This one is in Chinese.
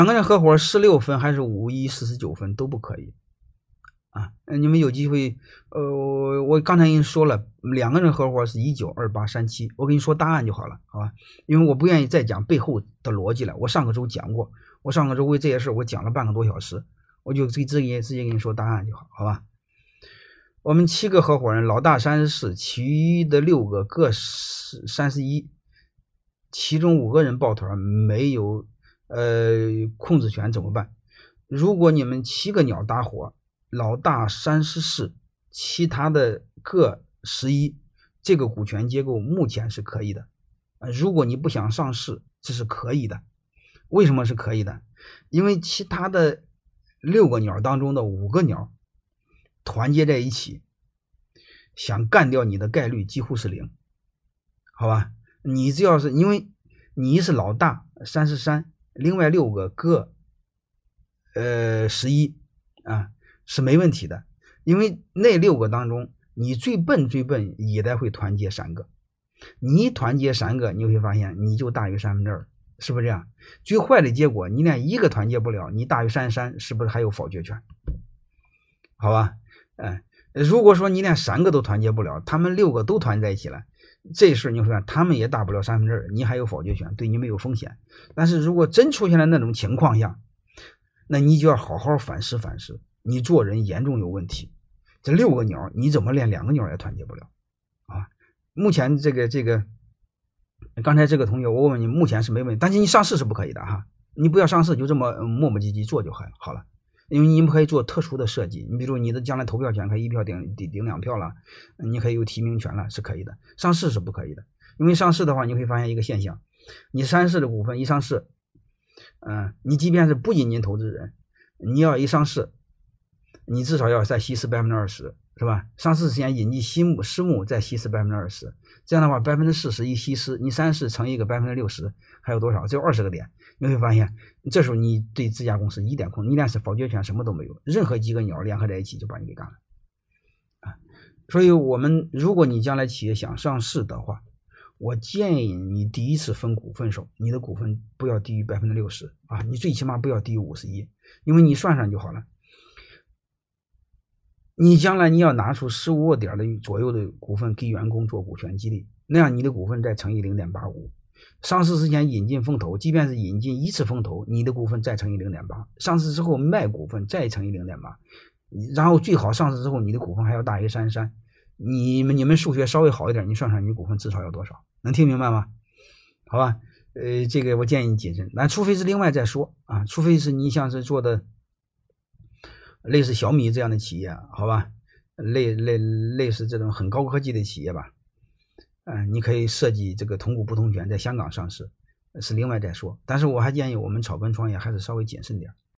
两个人合伙16分还是5149分都不可以啊！你们有机会，我刚才已经说了，两个人合伙是192837，我跟你说答案就好了，好吧？因为我不愿意再讲背后的逻辑了。我上个周讲过，我上个周为这些事我讲了半个多小时，我就直接跟你说答案就好，好吧？我们7个合伙人，老大34，其余的6个各31，其中5个人抱团，没有控制权怎么办？如果你们7个鸟搭伙，老大34，其他的各11，这个股权结构目前是可以的。如果你不想上市，这是可以的。为什么是可以的？因为其他的6个鸟当中的5个鸟团结在一起，想干掉你的概率几乎是0，好吧？你只要是因为你是老大33，另外6个各11啊，是没问题的。因为那6个当中，你最笨也得会团结3个，你团结3个，你会发现你就大于2/3，是不是这样？最坏的结果，你连1个团结不了，你大于33，是不是还有否决权？好吧，如果说你连3个都团结不了，他们6个都团在一起了，这事你会看，他们也大不了2/3，你还有否决权，对你没有风险。但是如果真出现了那种情况下，那你就要好好反思反思，你做人严重有问题。这6个鸟，你怎么连2个鸟也团结不了啊？目前这个刚才这个同学，我问你，目前是没问题，但是你上市是不可以的哈，你不要上市，就这么磨磨唧唧做就好了。因为你们可以做特殊的设计，你比如你的将来投票权可以1票顶2票了，你可以有提名权了，是可以的。上市是不可以的，因为上市的话，你会发现一个现象，你34的股份一上市，你即便是不引进投资人，你要一上市，你至少要再稀释20%，是吧？上市之前引进私募再稀释20%，这样的话40%一稀释，你30乘一个60%，还有多少？只有20个点。你会发现，这时候你对这家公司一点控制，你连是否决权什么都没有，任何几个鸟联合在一起就把你给干了啊！所以如果你将来企业想上市的话，我建议你第一次分股份时，你的股份不要低于60%啊，你最起码不要低于51%，因为你算算就好了。你将来你要拿出15个点的左右的股份给员工做股权激励，那样你的股份再乘以 0.85。上市之前引进风投，即便是引进1次风投，你的股份再乘以 0.8。上市之后卖股份再乘以 0.8， 然后最好上市之后你的股份还要大于33。你们数学稍微好一点，你算算你股份至少要多少，能听明白吗？好吧，这个我建议你谨慎，但除非是另外再说啊，除非是你像是做的类似小米这样的企业，好吧，类似这种很高科技的企业吧，你可以设计这个同股不同权在香港上市，是另外再说。但是我还建议我们草根创业还是稍微谨慎点。